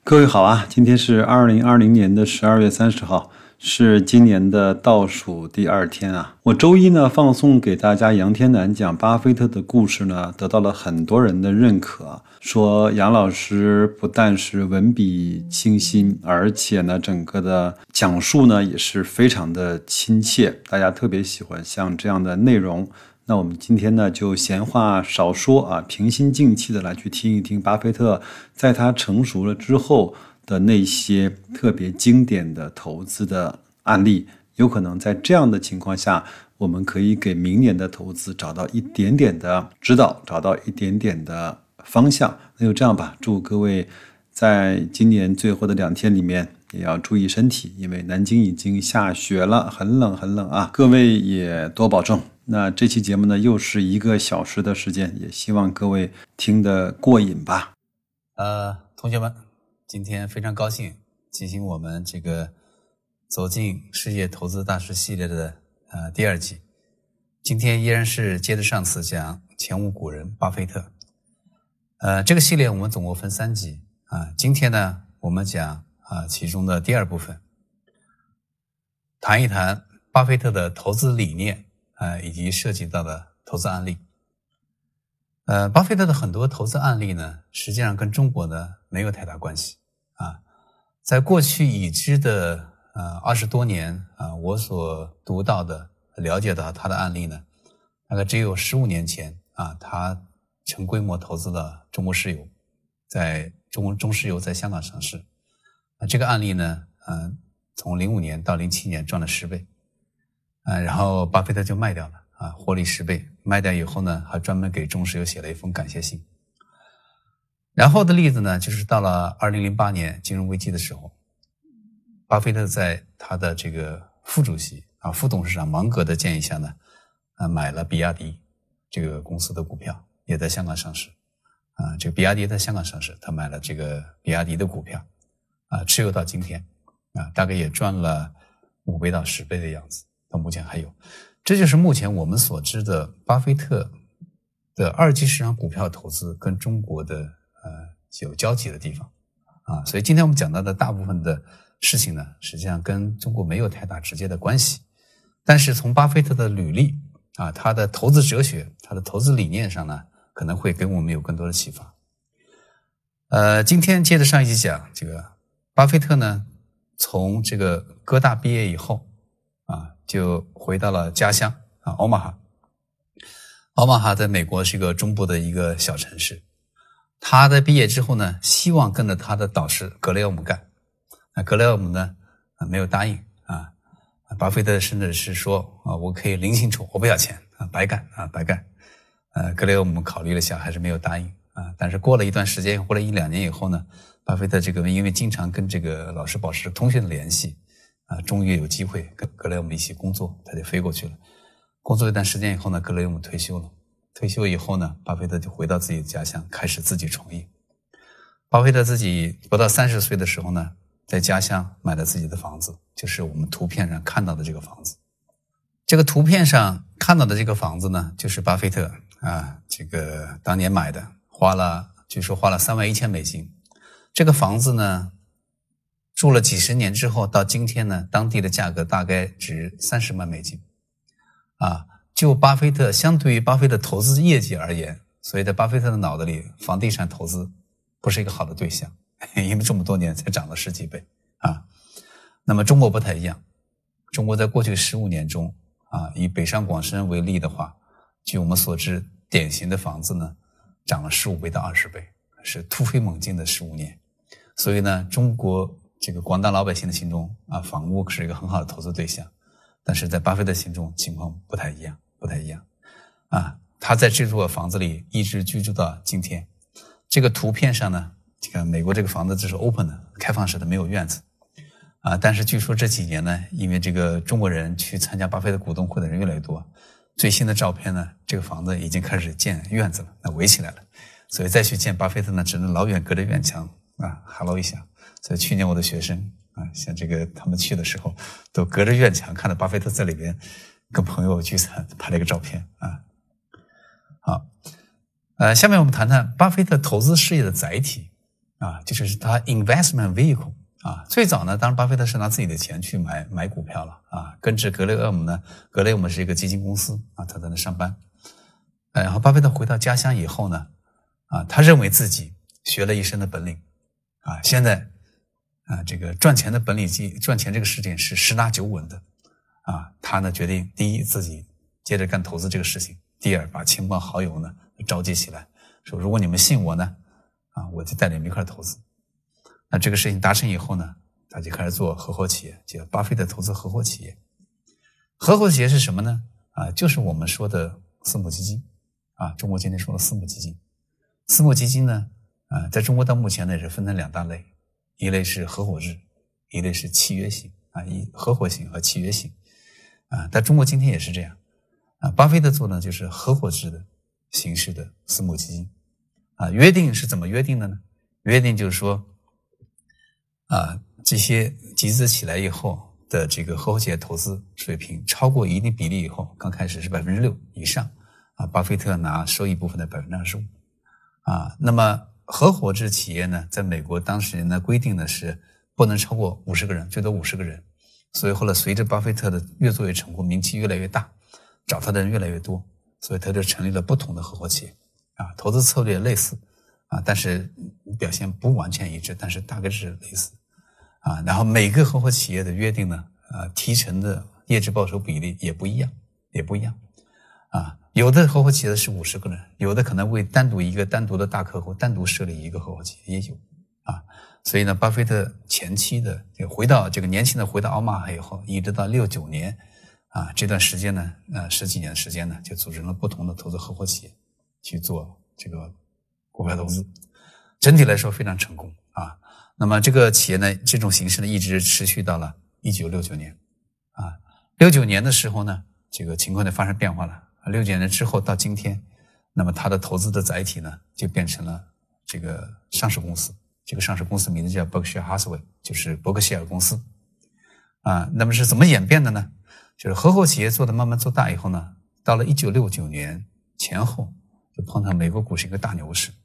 各位好啊，今天是2020年的12月30号，是今年的倒数第2天啊。我周一呢放送给大家杨天南讲巴菲特的故事呢，得到了很多人的认可，说杨老师不但是文笔清新，而且呢整个的讲述呢也是非常的亲切，大家特别喜欢像这样的内容。那我们今天呢就闲话少说啊，平心静气的来去听一听巴菲特在他成熟了之后的那些特别经典的投资的案例，有可能在这样的情况下，我们可以给明年的投资找到一点点的指导，找到一点点的方向。那就这样吧，祝各位在今年最后的2天里面也要注意身体，因为南京已经下雪了，很冷很冷啊，各位也多保重。那这期节目呢，又是1个小时的时间，也希望各位听得过瘾吧。 同学们，今天非常高兴进行我们这个走进世界投资大师系列的第2集。今天依然是接着上次讲前无古人巴菲特。这个系列我们总共分3集啊。今天呢，我们讲其中的第2部分，谈一谈巴菲特的投资理念以及涉及到的投资案例。巴菲特的很多投资案例呢，实际上跟中国呢没有太大关系啊。在过去已知的20多年我所读到的、了解到他的案例呢，大概只有15年前他成规模投资了中国石油，在中石油在香港上市。这个案例呢，从05年到07年赚了10倍。然后巴菲特就卖掉了获利10倍，卖掉以后呢，还专门给中石油写了一封感谢信。然后的例子呢，就是到了2008年金融危机的时候，巴菲特在他的这个副主席副董事长芒格的建议下呢，买了比亚迪这个公司的股票，也在香港上市这个比亚迪在香港上市，他买了这个比亚迪的股票持有到今天大概也赚了5倍到10倍的样子。到目前还有，这就是目前我们所知的巴菲特的2级市场股票投资跟中国的有交集的地方所以今天我们讲到的大部分的事情呢，实际上跟中国没有太大直接的关系，但是从巴菲特的履历他的投资哲学、他的投资理念上呢，可能会给我们有更多的启发。今天接着上一集讲这个巴菲特呢，从这个哥大毕业以后就回到了家乡欧马哈。欧马哈在美国是一个中部的一个小城市。他在毕业之后呢，希望跟着他的导师格雷厄姆干。格雷厄姆呢没有答应巴菲特甚至是说我可以零薪酬，我不要钱白干白干。格雷厄姆考虑了下，还是没有答应但是过了一段时间，过了1-2年以后呢，巴菲特这个因为经常跟这个老师保持通讯的联系终于有机会跟格雷厄姆一起工作，他就飞过去了。工作一段时间以后呢，格雷厄姆退休了。退休以后呢，巴菲特就回到自己的家乡，开始自己创业。巴菲特自己不到30岁的时候呢，在家乡买了自己的房子，就是我们图片上看到的这个房子。这个图片上看到的这个房子呢，就是巴菲特这个当年买的，据说花了31000美金。这个房子呢，住了几十年之后，到今天呢，当地的价格大概值30万美金就巴菲特相对于巴菲特投资业绩而言，所以在巴菲特的脑子里，房地产投资不是一个好的对象，因为这么多年才涨了10几倍那么中国不太一样，中国在过去15年中以北上广深为例的话，据我们所知，典型的房子呢涨了15倍到20倍，是突飞猛进的15年。所以呢，中国这个广大老百姓的心中房屋是一个很好的投资对象，但是在巴菲特心中情况不太一样他在这座房子里一直居住到今天。这个图片上呢，这个美国这个房子这是 open 的，开放式的，没有院子但是据说这几年呢，因为这个中国人去参加巴菲特股东会的人越来越多，最新的照片呢，这个房子已经开始建院子了，那围起来了，所以再去见巴菲特呢，只能老远隔着院墙hello 一下。所以去年我的学生像这个他们去的时候，都隔着院墙看到巴菲特在里边跟朋友聚餐，拍了一个照片好，下面我们谈谈巴菲特投资事业的载体就是他 investment vehicle 最早呢，当然巴菲特是拿自己的钱去买股票了根植格雷厄姆呢，格雷厄姆是一个基金公司他在那上班，然后巴菲特回到家乡以后呢他认为自己学了一身的本领现在这个赚钱的本领赚钱这个事情是十拿九稳的他呢决定第一自己接着干投资这个事情，第二把亲朋好友呢召集起来，说如果你们信我呢我就带你们一块投资。那这个事情达成以后呢，他就开始做合伙企业，叫巴菲特投资合伙企业。合伙企业是什么呢？就是我们说的私募基金中国今天说的私募基金。私募基金呢在中国到目前呢也是分成两大类，一类是合伙制，一类是契约型合伙型和契约型在中国今天也是这样巴菲特做呢就是合伙制的形式的私募基金约定是怎么约定的呢？约定就是说这些集资起来以后的这个合伙企业投资水平超过一定比例以后，刚开始是 6% 以上巴菲特拿收益部分的 25% 那么合伙制企业呢，在美国当时呢规定的是不能超过50个人，最多50个人。所以后来随着巴菲特的越做越成功，名气越来越大，找他的人越来越多，所以他就成立了不同的合伙企业投资策略类似但是表现不完全一致，但是大概是类似然后每个合伙企业的约定呢提成的业绩报酬比例也不一样有的合伙企业是50个人，有的可能为单独一个单独的大客户单独设立一个合伙企业也有所以呢巴菲特前期的回到这个年轻的回到奥马哈以后，一直到69年这段时间呢10几年的时间呢，就组成了不同的投资合伙企业去做这个股票投资，整体来说非常成功那么这个企业呢这种形式呢一直持续到了1969年69年的时候呢这个情况就发生变化了69年之后到今天，那么它的投资的载体呢就变成了这个上市公司，这个上市公司名字叫 Berkshire Hathaway， 就是伯克希尔公司那么是怎么演变的呢？就是合伙企业做的慢慢做大以后呢，到了1969年前后就碰到美国股市一个大牛市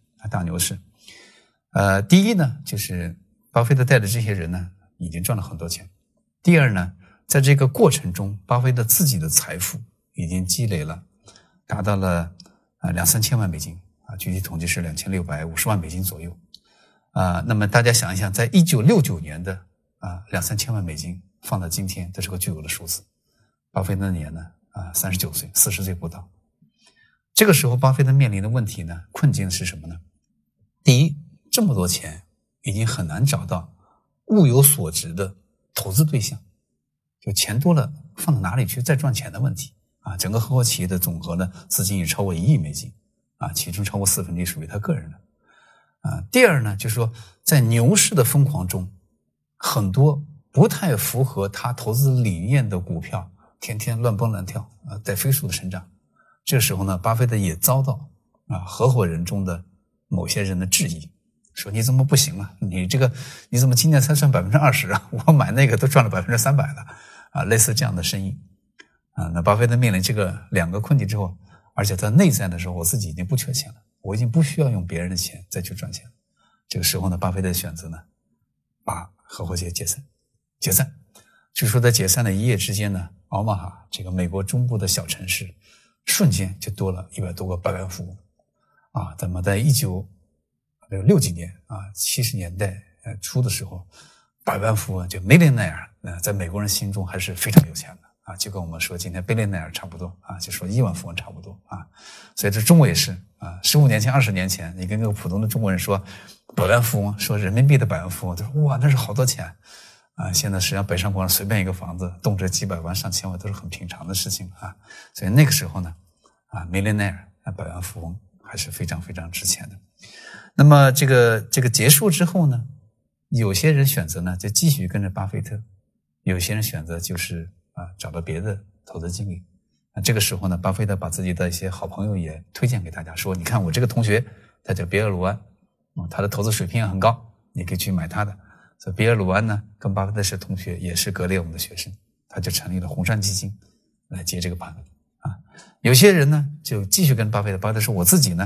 第一呢就是巴菲特带的这些人呢已经赚了很多钱，第二呢在这个过程中巴菲特自己的财富已经积累了达到了2-3千万美金具体统计是2650万美金左右那么大家想一想，在1969年的2-3千万美金放到今天，这是个巨额的数字。巴菲特那年呢39岁，40岁不到。这个时候巴菲特面临的问题呢，困境是什么呢？第一，这么多钱已经很难找到物有所值的投资对象，就钱多了放到哪里去再赚钱的问题整个合伙企业的总和呢资金也超过1亿美金其中超过1/4属于他个人的第二呢就是说在牛市的疯狂中，很多不太符合他投资理念的股票天天乱蹦乱跳在飞速的成长。这个时候呢巴菲特也遭到合伙人中的某些人的质疑，说你怎么不行了，你怎么今年才赚 20% 我买那个都赚了 300% 了类似这样的声音那巴菲特面临这个2个困境之后，而且他内在的时候我自己已经不缺钱了，我已经不需要用别人的钱再去赚钱了。这个时候呢巴菲特选择呢把合伙企业解散。据说在解散的一夜之间呢，奥马哈这个美国中部的小城市瞬间就多了100多个百万富翁咱们在1960几年70年代初的时候，百万富翁就 millionaire 在美国人心中还是非常有钱的就跟我们说今天 billionaire 差不多就说亿万富翁差不多所以这中国也是15年前20年前你跟个普通的中国人说百万富翁，说人民币的百万富翁，他说哇那是好多钱现在实际上北上广随便一个房子动辄几百万上千万都是很平常的事情所以那个时候呢millionaire 百万富翁还是非常非常值钱的。那么这个结束之后呢，有些人选择呢就继续跟着巴菲特，有些人选择就是找到别的投资经理这个时候呢巴菲特把自己的一些好朋友也推荐给大家，说你看我这个同学他叫比尔鲁安他的投资水平也很高，你可以去买他的。所以比尔鲁安呢跟巴菲特是同学，也是格雷厄姆的学生，他就成立了红杉基金来接这个盘有些人呢就继续跟巴菲特说我自己呢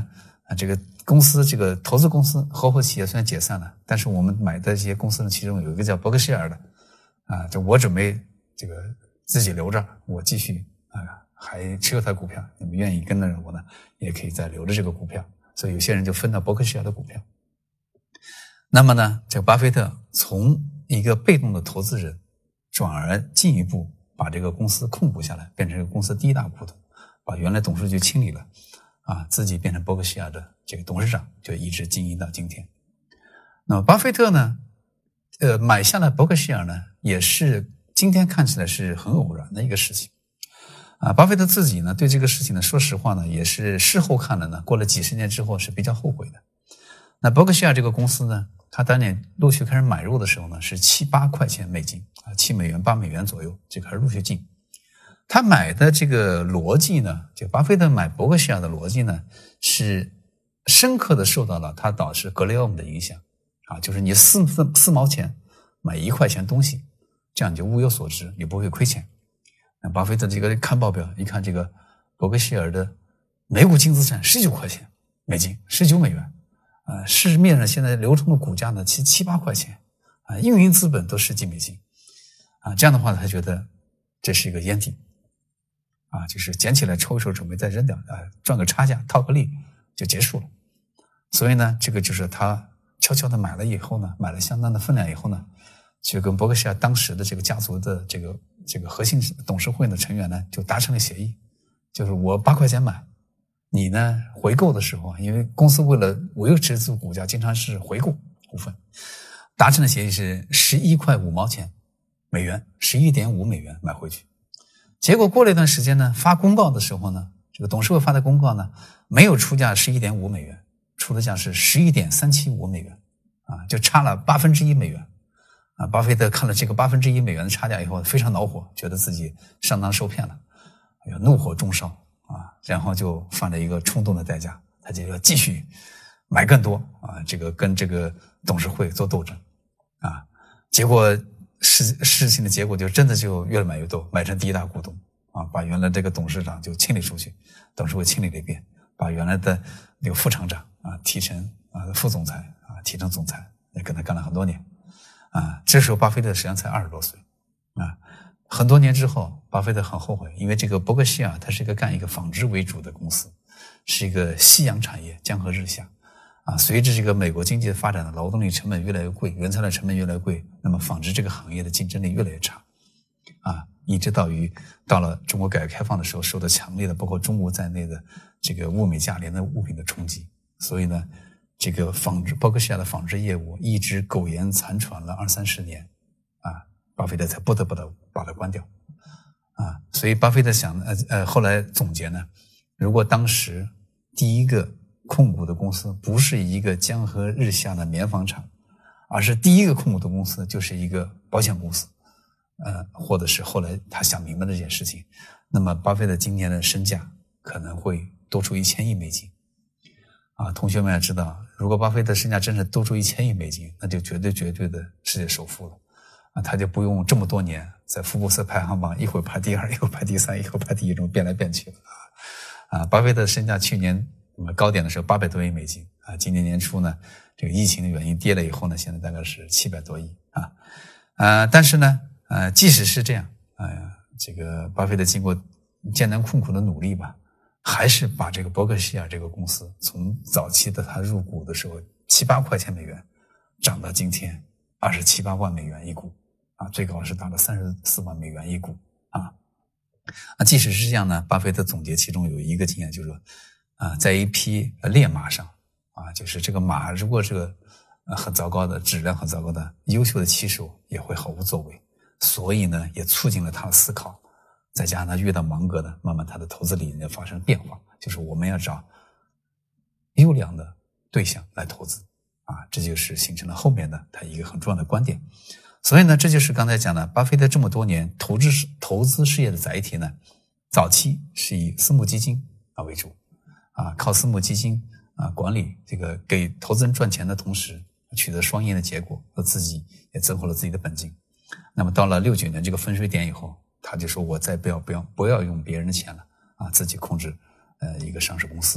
这个公司这个投资公司合伙企业虽然解散了，但是我们买的这些公司呢，其中有一个叫伯克希尔的就我准备这个自己留着，我继续还持有它的股票，你们愿意跟着我呢，也可以再留着这个股票。所以有些人就分到伯克希尔的股票。那么呢，这个巴菲特从一个被动的投资人，转而进一步把这个公司控股下来，变成这个公司第一大股东，把原来董事局清理了自己变成伯克希尔的这个董事长，就一直经营到今天。那么巴菲特呢买下了伯克希尔呢，也是今天看起来是很偶然的一个事情巴菲特自己呢对这个事情呢，说实话呢，也是事后看了呢，过了几十年之后是比较后悔的。那伯克希尔这个公司呢，他当年陆续开始买入的时候呢，是7-8块钱美金7美元8美元左右就开始陆续进。他买的这个逻辑呢，就巴菲特买伯克希尔的逻辑呢，是深刻的受到了他导师格雷厄姆的影响就是你4毛钱买1块钱东西，这样你就物有所值，你不会亏钱。那巴菲特这个看报表，一看这个伯克希尔的每股净资产19块钱美金，19美元市面上现在流通的股价呢7-8块钱运营资本都10几美金这样的话他觉得这是一个烟蒂就是捡起来抽一抽，准备再扔掉赚个差价套个利就结束了。所以呢，这个就是他悄悄的买了以后呢，买了相当的分量以后呢，就跟伯克希尔当时的这个家族的这个核心董事会的成员呢，就达成了协议，就是我8块钱买，你呢回购的时候因为公司为了维持住股价，经常是回购股份，达成的协议是11块5毛钱美元，11.5美元买回去。结果过了一段时间呢，发公告的时候呢，这个董事会发的公告呢，没有出价11.5美元，出的价是11.375美元就差了1/8美元巴菲特看了这个1/8美元的差价以后非常恼火，觉得自己上当受骗了，怒火中烧然后就犯了一个冲动的代价，他就要继续买更多这个跟这个董事会做斗争结果事情的结果就真的就越买越多，买成第一大股东把原来这个董事长就清理出去，董事会清理了一遍，把原来的那个副厂长提成副总裁提成总裁，也跟他干了很多年这时候巴菲特实际上才20多岁很多年之后，巴菲特很后悔，因为这个伯克希尔它是干一个纺织为主的公司，是一个夕阳产业，江河日下随着这个美国经济的发展呢，劳动力成本越来越贵，原材料成本越来越贵，那么纺织这个行业的竞争力越来越差一直到了中国改革开放的时候，受到强烈的包括中国在内的这个物美价廉的物品的冲击，所以呢这个伯克希尔的纺织业务一直苟延残喘了20-30年巴菲特才不得不把它关掉所以巴菲特想后来总结呢，如果当时第一个控股的公司不是一个江河日下的棉纺厂，而是第一个控股的公司就是一个保险公司或者是后来他想明白这件事情，那么巴菲特今年的身价可能会多出1000亿美金同学们要知道，如果巴菲特身价真是多出1000亿美金，那就绝对的世界首富了他就不用这么多年在福布斯排行榜一会儿排第2，一会儿排第3，一会儿排第1中变来变去了巴菲特身价去年高点的时候800多亿美金今年年初呢，这个疫情的原因跌了以后呢，现在大概是700多亿但是呢即使是这样这个巴菲特经过艰难困苦的努力吧，还是把这个伯克希尔这个公司从早期的他入股的时候7-8块钱美元涨到今天27-28万美元一股最高是达到34万美元一股即使是这样呢，巴菲特总结其中有一个经验，就是说在一匹烈马上就是这个马如果这个很糟糕的质量很糟糕的优秀的骑手也会毫无作为，所以呢也促进了他的思考，再加上他遇到芒格的，慢慢他的投资理念发生变化，就是我们要找优良的对象来投资这就是形成了后面的他一个很重要的观点。所以呢，这就是刚才讲的巴菲特这么多年投资事业的载体呢，早期是以私募基金为主靠私募基金管理这个给投资人赚钱的同时取得双赢的结果，和自己也增厚了自己的本金。那么到了69年这个分水点以后，他就说我再不要用别人的钱了自己控制一个上市公司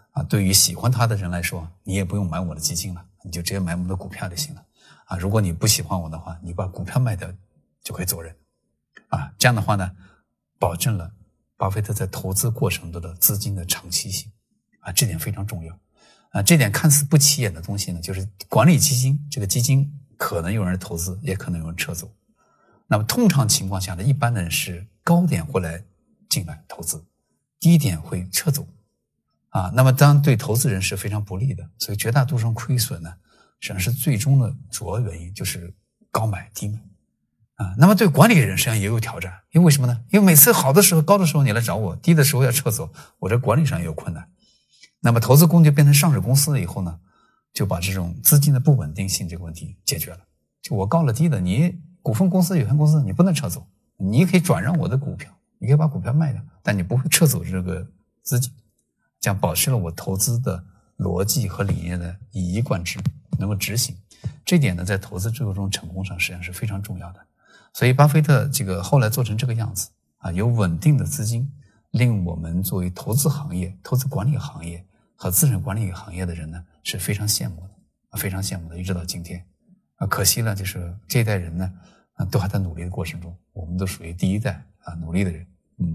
对于喜欢他的人来说，你也不用买我的基金了，你就直接买我们的股票就行了如果你不喜欢我的话，你把股票卖掉就可以走人这样的话呢，保证了巴菲特在投资过程中的资金的长期性这点非常重要这点看似不起眼的东西呢，就是管理基金，这个基金可能有人投资，也可能有人撤走。那么通常情况下呢，一般的人是高点会来进来投资，低点会撤走那么当然对投资人是非常不利的，所以绝大多数亏损呢，实际上是最终的主要原因就是高买低卖那么对管理人实际上也有挑战，因为为什么呢？因为每次好的时候高的时候你来找我，低的时候要撤走，我这管理上也有困难。那么投资工具变成上市公司了以后呢，就把这种资金的不稳定性这个问题解决了。就我高了低的，你股份公司有限公司你不能撤走，你可以转让我的股票，你可以把股票卖掉，但你不会撤走这个资金，这样保持了我投资的逻辑和理念的一以贯之，能够执行。这点呢，在投资最终成功上实际上是非常重要的。所以巴菲特这个后来做成这个样子有稳定的资金，令我们作为投资行业、投资管理行业和资产管理行业的人呢是非常羡慕的，非常羡慕的，一直到今天可惜了，就是这一代人呢都还在努力的过程中，我们都属于第一代努力的人。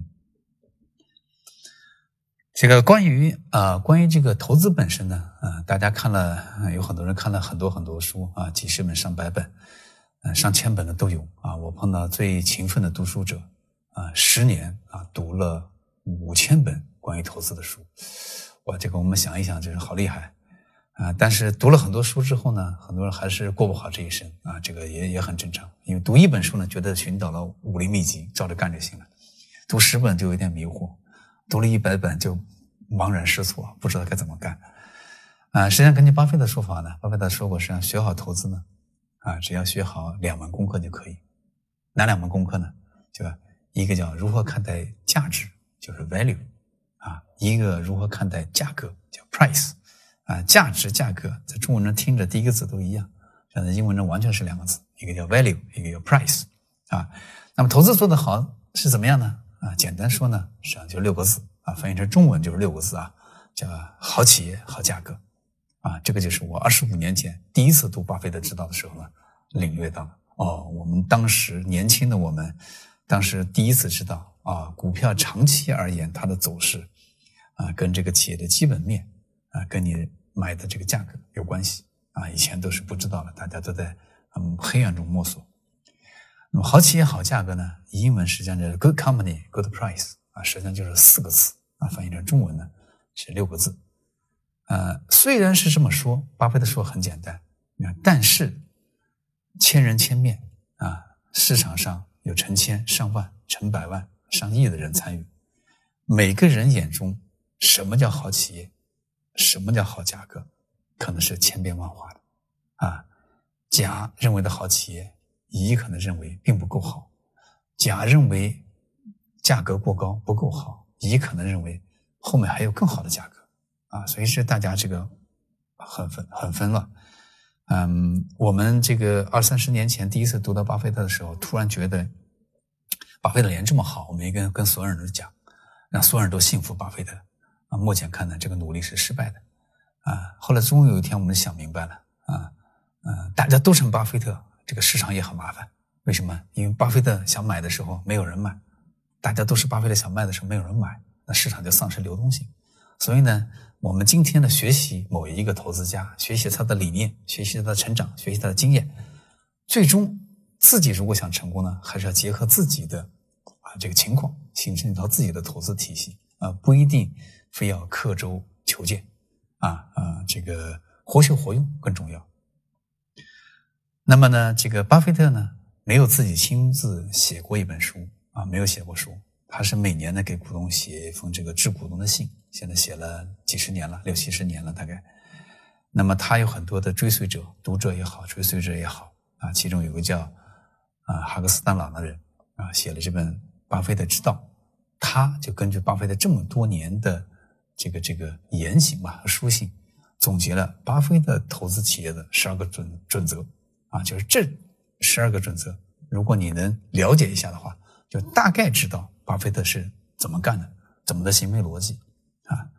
这个关于这个投资本身呢大家看了有很多人看了很多书几十本上百本上千本的都有我碰到最勤奋的读书者10年读了5000本关于投资的书。哇，这个我们想一想，这是好厉害但是读了很多书之后呢，很多人还是过不好这一生这个也很正常。因为读一本书呢，觉得寻找了武林秘籍，照着干就行了；读10本就有点迷惑，读了100本就茫然失措，不知道该怎么干实际上根据巴菲特说法呢，巴菲特说过，实际上学好投资呢只要学好2门功课就可以。哪2门功课呢？就一个叫如何看待价值，就是 value一个如何看待价格，叫 price价值价格在中文中听着第一个字都一样，但在英文中完全是2个字，一个叫 value， 一个叫 price那么投资做得好是怎么样呢简单说呢，实际上就6个字翻译成中文就是6个字叫好企业好价格这个就是我25年前第一次读巴菲特之道的时候呢领略到了我们当时年轻的我们当时第一次知道股票长期而言它的走势跟这个企业的基本面跟你买的这个价格有关系以前都是不知道的，大家都在黑暗中摸索。那么好企业好价格呢，英文实际上就是 good company good price 实际上就是4个字翻译成中文呢是6个字虽然是这么说，巴菲特说很简单但是千人千面市场上有成千上万成百万上亿的人参与，每个人眼中什么叫好企业，什么叫好价格，可能是千变万化的甲认为的好企业，乙可能认为并不够好，甲认为价格过高不够好，乙可能认为后面还有更好的价格所以是大家这个很分乱我们这个20-30年前第一次读到巴菲特的时候，突然觉得巴菲特脸这么好，我们应该跟所有人都讲，让所有人都信服巴菲特目前看呢，这个努力是失败的后来终于有一天我们想明白了大家都成巴菲特，这个市场也很麻烦。为什么？因为巴菲特想买的时候没有人买，大家都是巴菲特想卖的时候没有人买，那市场就丧失流动性。所以呢，我们今天的学习某一个投资家，学习他的理念，学习他的成长，学习他的经验，最终自己如果想成功呢，还是要结合自己的这个情况，形成一套自己的投资体系不一定非要刻舟求剑这个活学活用更重要。那么呢，这个巴菲特呢，没有自己亲自写过一本书没有写过书，他是每年呢给股东写一封这个致股东的信，现在写了几十年了，60-70年了大概。那么他有很多的追随者，读者也好，追随者也好其中有个叫哈格斯丹朗的人写了这本巴菲特之道，他就根据巴菲特这么多年的这个言行和书信，总结了巴菲特投资企业的12个准则就是这12个准则，如果你能了解一下的话，就大概知道巴菲特是怎么干的，怎么的行为逻辑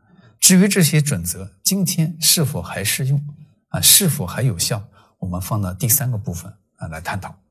至于这些准则今天是否还适用啊，是否还有效，我们放到第3个部分啊来探讨。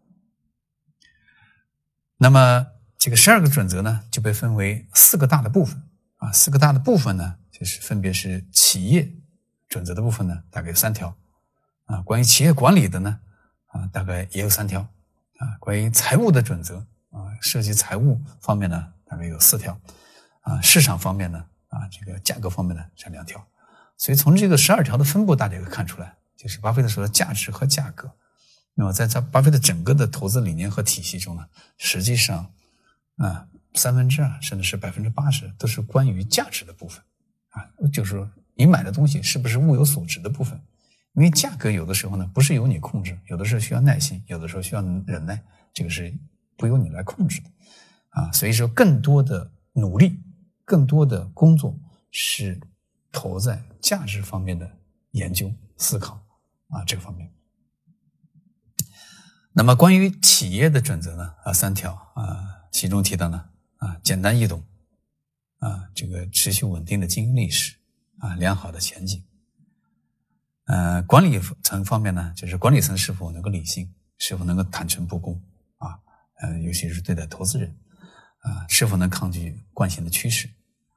那么这个12个准则呢，就被分为4个大的部分啊，4个大的部分呢，就是分别是企业准则的部分呢，大概有3条啊，关于企业管理的呢啊，大概也有3条啊，关于财务的准则啊，涉及财务方面呢，大概有4条啊，市场方面呢啊，这个价格方面呢是2条。所以从这个12条的分布，大家可以看出来，就是巴菲特说的价值和价格。那么在巴菲特整个的投资理念和体系中呢，实际上2/3甚至是80%都是关于价值的部分啊，就是说你买的东西是不是物有所值的部分。因为价格有的时候呢不是由你控制，有的时候需要耐心，有的时候需要忍耐，这个是不由你来控制的啊。所以说更多的努力，更多的工作是投在价值方面的研究思考啊，这个方面。那么关于企业的准则呢3条啊，其中提到呢简单易懂啊，这个持续稳定的经营历史啊，良好的前景。管理层方面呢，就是管理层是否能够理性，是否能够坦诚不公啊，尤其是对待投资人啊，是否能抗拒惯性的趋势。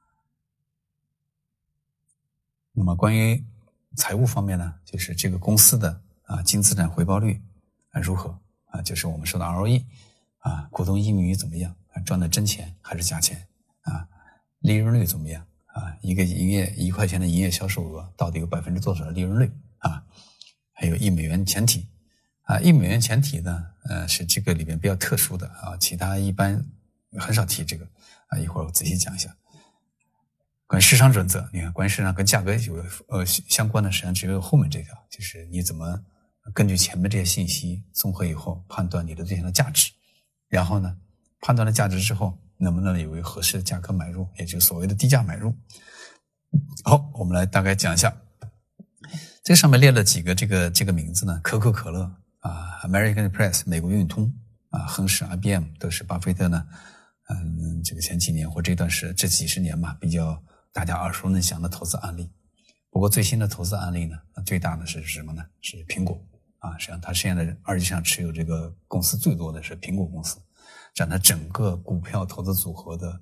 那么关于财务方面呢，就是这个公司的净资产回报率如何啊，就是我们说的 ROE 啊，股东盈余怎么样，赚的真钱还是假钱啊，利润率怎么样啊，1块钱的营业销售额到底有多少的利润率啊，还有1美元前提啊，1美元前提呢是这个里面比较特殊的啊，其他一般很少提这个啊，一会儿我仔细讲一下。关于市场准则，你看关于市场跟价格有相关的，实际上只有后面这条，就是你怎么根据前面这些信息综合以后判断你的对象的价值，然后呢判断了价值之后能不能有一个合适的价格买入，也就是所谓的低价买入。好，我们来大概讲一下，这上面列了几个这个名字呢，可口可乐啊 American Express 美国运通啊，亨氏 IBM 都是巴菲特呢这个前几年或这几十年吧，比较大家耳熟能详的投资案例。不过最新的投资案例呢，最大的是什么呢？是苹果啊，实际上他现在实际上持有这个公司最多的是苹果公司，占他整个股票投资组合的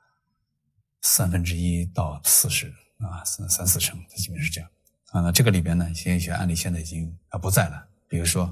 1/3到40啊，3-4成，基本是这样啊。那这个里边呢，一些案例现在已经不在了，比如说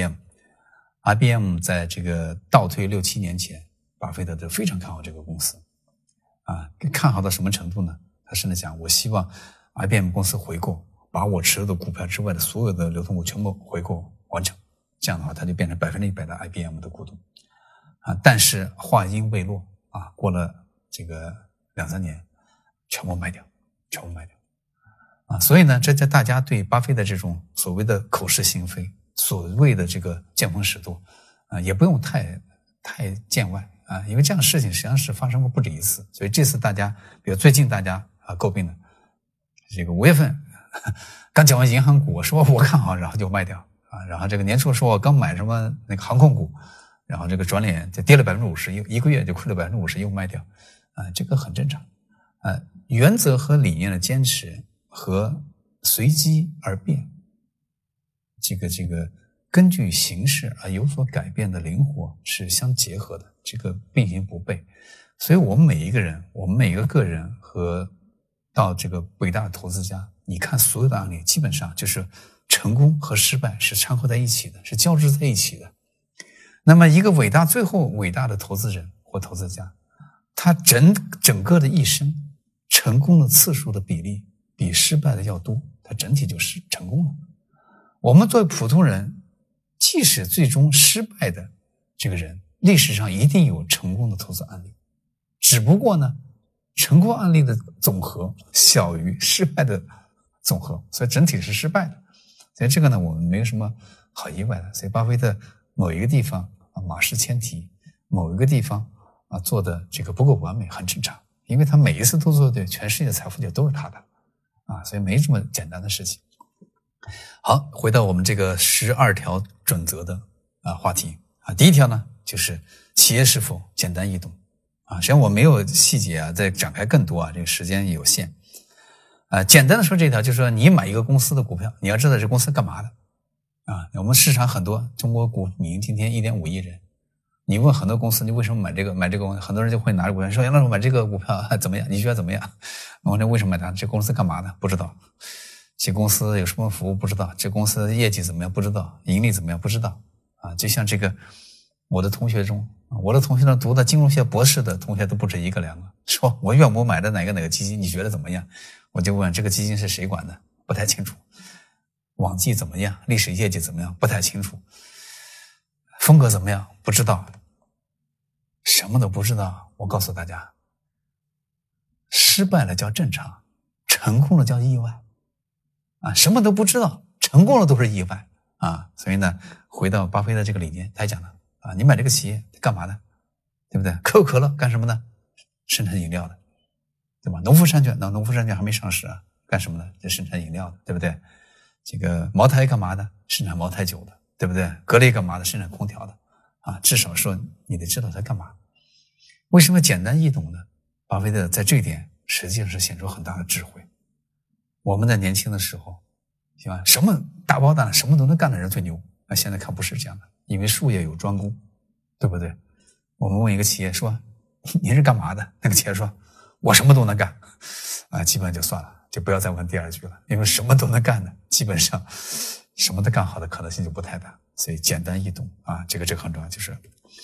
IBM 在这个倒退6-7年前，巴菲特就非常看好这个公司啊，看好到什么程度呢？他甚至讲，我希望 IBM 公司回购，把我持有的股票之外的所有的流通股全部回购完成，这样的话他就变成100%的 IBM 的股东啊。但是话音未落啊，过了这个2-3年，全部卖掉啊。所以呢，这在大家对巴菲特这种所谓的口是心非，所谓的这个见风使舵啊，也不用太见外啊，因为这样的事情实际上是发生过不止一次。所以这次大家，比如最近大家诟病的这个5月份刚讲完银行股，说我看好，然后就卖掉啊，然后这个年初说我刚买什么那个航空股，然后这个转脸就跌了50%，一个月就亏了50%，又卖掉啊，这个很正常啊。原则和理念的坚持和随机而变，这个根据形势而有所改变的灵活是相结合的，这个并行不悖。所以我们每一个人，我们每一个个人和到这个伟大的投资家，你看所有的案例基本上就是成功和失败是掺和在一起的，是交织在一起的。那么一个最后伟大的投资人或投资家，他整个的一生成功的次数的比例比失败的要多，他整体就是成功了。我们作为普通人，即使最终失败的这个人，历史上一定有成功的投资案例，只不过呢，成功案例的总和小于失败的总和，所以整体是失败的。所以这个呢，我们没有什么好意外的。所以巴菲特某一个地方马失前蹄，某一个地方做的这个不够完美，很正常，因为他每一次都做对，全世界的财富就都是他的所以没这么简单的事情。好，回到我们这个12条准则的话题第一条呢，就是企业是否简单易懂实际上我没有细节再展开更多这个时间有限简单的说这条就是说，你买一个公司的股票，你要知道这公司干嘛的啊。我们市场很多中国股民今天1.5亿人，你问很多公司你为什么买这个公司，很多人就会拿着股票说杨老师买这个股票怎么样，你觉得怎么样？我说为什么买它？这公司干嘛的？不知道。这公司有什么服务不知道，这公司的业绩怎么样不知道，盈利怎么样不知道啊。就像这个我的同学中读的金融学博士的同学都不止一个两个，说我岳母买的哪个基金你觉得怎么样？我就问这个基金是谁管的，不太清楚。往绩怎么样，历史业绩怎么样，不太清楚。风格怎么样，不知道。什么都不知道。我告诉大家，失败了叫正常，成功了叫意外啊！什么都不知道，成功了都是意外啊！所以呢，回到巴菲特这个理念，他讲了啊，你买这个企业干嘛的，对不对？可口可乐干什么的？生产饮料的，对吧？农夫山泉还没上市啊，干什么的？这生产饮料的，对不对？这个茅台干嘛的？生产茅台酒的，对不对？格力干嘛的？生产空调的啊！至少说你得知道它干嘛。为什么简单易懂呢？巴菲特在这一点实际上是显出很大的智慧。我们在年轻的时候，是吧？什么大包大揽什么都能干的人最牛。那现在看不是这样的，因为术业有专攻，对不对？我们问一个企业说您是干嘛的？那个企业说我什么都能干啊，基本上就算了，就不要再问第二句了，因为什么都能干的，基本上什么都干好的可能性就不太大。所以简单易懂啊，这个很重要，就是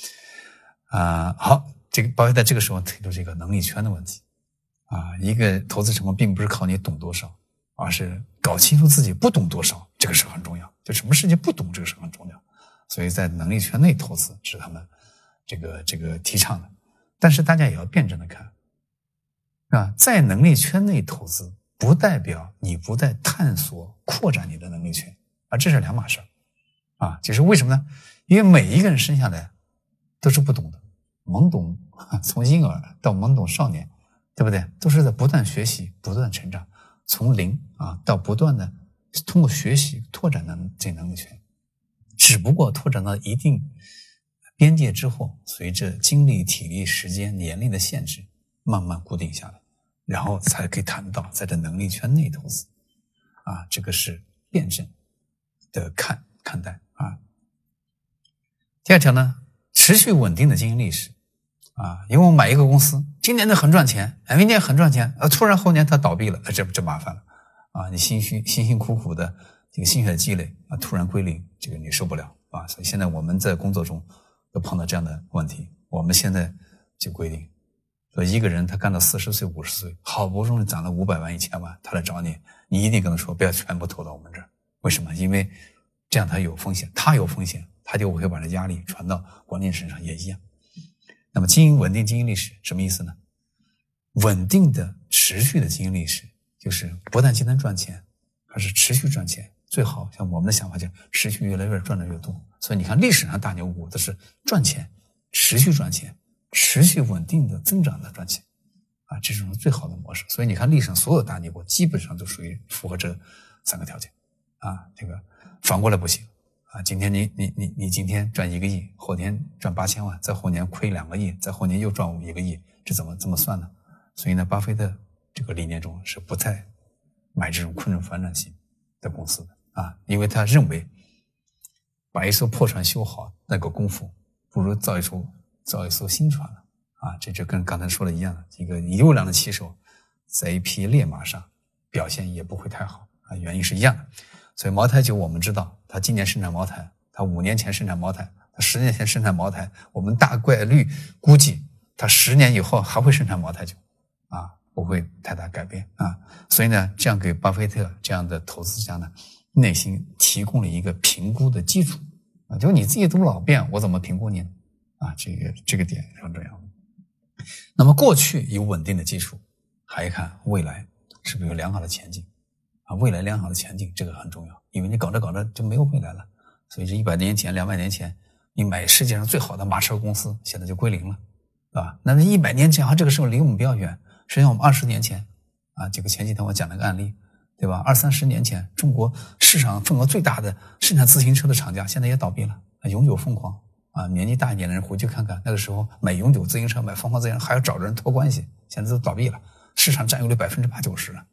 好，这个巴菲特这个时候提出这个能力圈的问题啊，一个投资成功并不是靠你懂多少，而是搞清楚自己不懂多少，这个是很重要。就什么事情不懂，这个是很重要。所以在能力圈内投资是他们这个提倡的。但是大家也要辩证的看啊，在能力圈内投资不代表你不在探索扩展你的能力圈啊，这是两码事啊。就是为什么呢？因为每一个人生下来都是不懂的，懵懂，从婴儿到懵懂少年，对不对？都是在不断学习不断成长，从零到不断的通过学习拓展这能力圈，只不过拓展到一定边界之后，随着精力体力时间年龄的限制慢慢固定下来，然后才可以谈到在这能力圈内投资啊，这个是辩证的看待啊。第二条呢，持续稳定的经营历史啊，因为我买一个公司今年很赚钱，明年很赚钱，突然后年它倒闭了，这麻烦了啊！你辛辛苦苦的这个心血积累啊，突然归零，这个你受不了啊！所以现在我们在工作中都碰到这样的问题，我们现在就规定说，一个人他干到40岁50岁，好不容易攒了500万1000万，他来找你，你一定跟他说不要全部投到我们这儿。为什么？因为这样他有风险，他就会把这压力传到管理人身上也一样。那么稳定经营历史什么意思呢？稳定的持续的经营历史就是不但今天赚钱，而是持续赚钱，最好像我们的想法就持续越来越赚得越多。所以你看历史上大牛股都是赚钱，持续赚钱，持续稳定的增长的赚钱啊，这是最好的模式。所以你看历史上所有大牛股基本上都属于符合这3个条件啊。这个反过来不行啊，今天你今天赚1个亿，后年赚8000万，再后年亏2个亿，再后年又赚1个亿，这怎么算呢？所以呢，巴菲特这个理念中是不再买这种困难反转型的公司的啊，因为他认为把一艘破船修好那个功夫，不如造一艘新船了啊。这就跟刚才说的一样，一个优良的骑手在一匹烈马上表现也不会太好啊，原因是一样的。所以茅台酒我们知道，他今年生产茅台，他5年前生产茅台，他10年前生产茅台，我们大概率估计他10年以后还会生产茅台酒啊，不会太大改变啊。所以呢，这样给巴菲特这样的投资家呢，内心提供了一个评估的基础啊，就你自己都老变，我怎么评估你呢？啊，这个点很重要。那么过去有稳定的基础，还一看未来是不是有良好的前景啊？未来良好的前景这个很重要，因为你搞着就没有未来了。所以这100年前200年前你买世界上最好的马车公司，现在就归零了啊。那100年前这个时候离我们比较远，实际上我们20年前啊，这个前几天我讲了个案例，对吧？20-30年前中国市场份额最大的生产自行车的厂家现在也倒闭了，永久疯狂啊！年纪大一点的人回去看看，那个时候买永久自行车买疯狂自行车还要找人托关系，现在都倒闭了，市场占有率80%-90%了，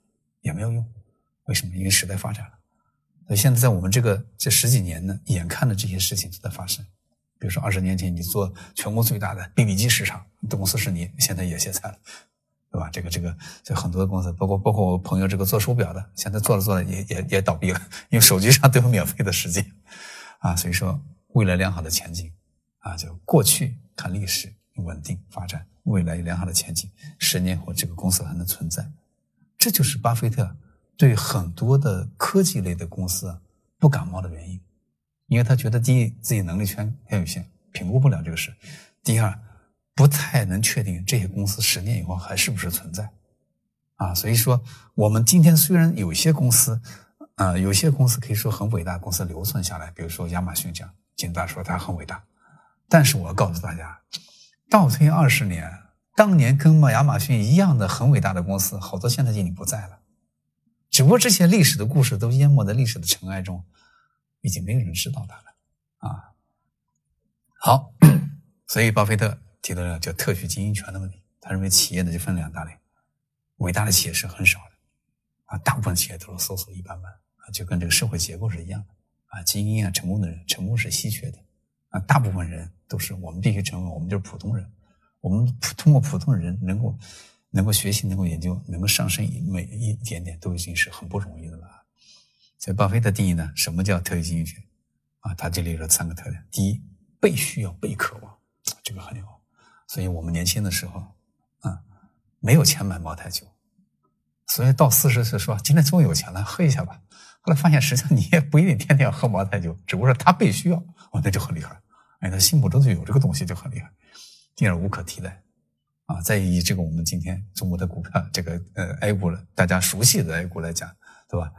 也没有用。为什么？因为时代发展了。所以现在在我们这10几年呢，眼看着这些事情都在发生。比如说20年前你做全国最大的 BB 机市场，的公司是你，现在也歇菜了，对吧？这很多的公司，包括我朋友这个做手表的，现在做着也倒闭了，因为手机上都有免费的时间啊。所以说，为了良好的前景啊，就过去看历史稳定发展，未来良好的前景，10年后这个公司还能存在，这就是巴菲特对很多的科技类的公司不感冒的原因。因为他觉得第一，自己能力圈很有限，评估不了这个事；第二，不太能确定这些公司10年以后还是不是存在啊。所以说，我们今天虽然有些公司可以说很伟大的公司留存下来，比如说亚马逊这样，今天大家说它很伟大，但是我告诉大家，倒推20年，当年跟亚马逊一样的很伟大的公司，好多现在已经不在了，只不过这些历史的故事都淹没在历史的尘埃中，已经没有人知道它了啊。好，所以巴菲特提到了叫特许经营权的问题。他认为企业呢就分2大类，伟大的企业是很少的啊，大部分企业都是一般般啊，就跟这个社会结构是一样的啊，精英啊，成功是稀缺的啊，大部分人都是我们必须承认，我们就是普通人，我们通过普通人能够学习，能够研究，能够上升每一点点，都已经是很不容易的了。所以巴菲特定义呢，什么叫特许经营权啊？他这里有3个特点：第一，被需要、被渴望，这个很有。所以我们年轻的时候啊，没有钱买茅台酒，所以到40岁说今天终于有钱了，喝一下吧。后来发现实际上你也不一定天天要喝茅台酒，只不过是他被需要，那就很厉害。他心目中就有这个东西就很厉害。第二，无可替代啊。再以这个我们今天中国的股票这个A 股了，大家熟悉的 A 股来讲，对吧？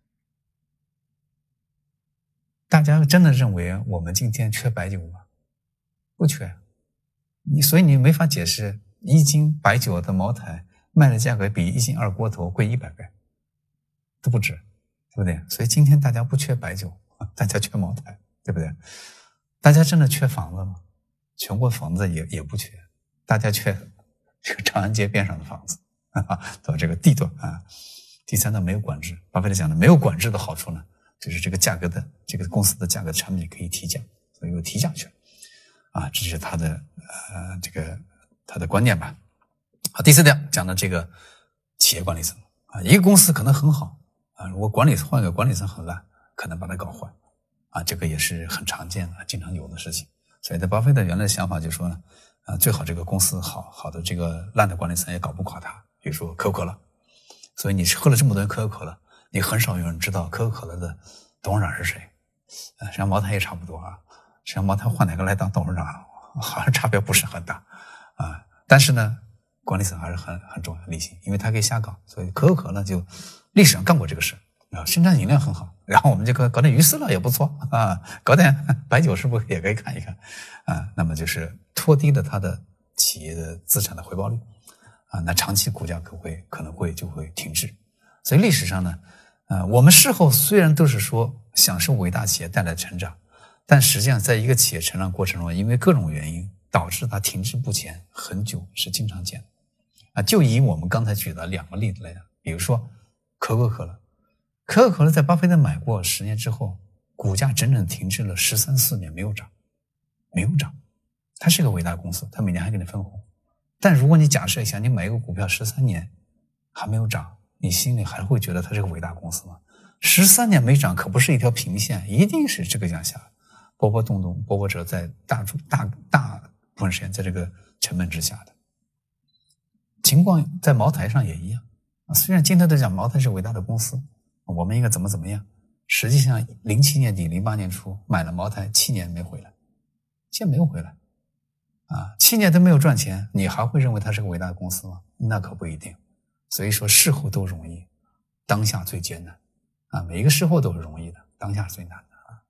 大家真的认为我们今天缺白酒吗？不缺。所以你没法解释1斤白酒的茅台卖的价格比1斤二锅头贵100倍，都不止，对不对？所以今天大家不缺白酒，大家缺茅台，对不对？大家真的缺房子吗？全国房子也不缺，大家缺这个长安街边上的房子到这个地段啊。第3呢，没有管制。巴菲特讲的没有管制的好处呢，就是这个价格的这个公司的价格产品可以提价，所以有提价权啊，这是他的他的观念吧。好，第4点讲的这个企业管理层啊，一个公司可能很好啊，如果换个管理层很烂，可能把它搞坏啊，这个也是很常见的，经常有的事情。所以在巴菲特原来的想法就是说呢，最好这个公司好的这个烂的管理层也搞不垮它。比如说可口可乐，所以你喝了这么多可口可乐，你很少有人知道可口可乐的董事长是谁。实际上茅台也差不多啊，实际上茅台换哪个来当董事长，好像差别不是很大啊。但是呢，管理层还是很重要，理性，因为他可以瞎搞。所以可口可乐就历史上干过这个事啊，生产饮料很好，然后我们就搞点鱼饲料也不错啊，搞点白酒是不是也可以看一看啊？那么就是拖低了他的企业的资产的回报率啊，那长期股价可能会停滞。所以历史上呢，我们事后虽然都是说享受伟大企业带来的成长，但实际上在一个企业成长过程中，因为各种原因导致它停滞不前很久是经常见的啊。就以我们刚才举的2个例子来讲，比如说可口可乐。可口可乐在巴菲特买过10年之后，股价整整停滞了13、14年没有涨。它是个伟大公司，它每年还给你分红。但如果你假设一下，你买一个股票13年还没有涨，你心里还会觉得它是个伟大公司吗？13年没涨可不是一条平线，一定是这个样下波波动动，波波折在大部分时间在这个成本之下的。情况在茅台上也一样，虽然今天都讲茅台是伟大的公司，我们应该怎么样，实际上07年底08年初买了茅台7年没回来，现在没有回来啊，7年都没有赚钱，你还会认为它是个伟大的公司吗？那可不一定。所以说事后都容易，当下最艰难啊，每一个事后都是容易的，当下最难的啊。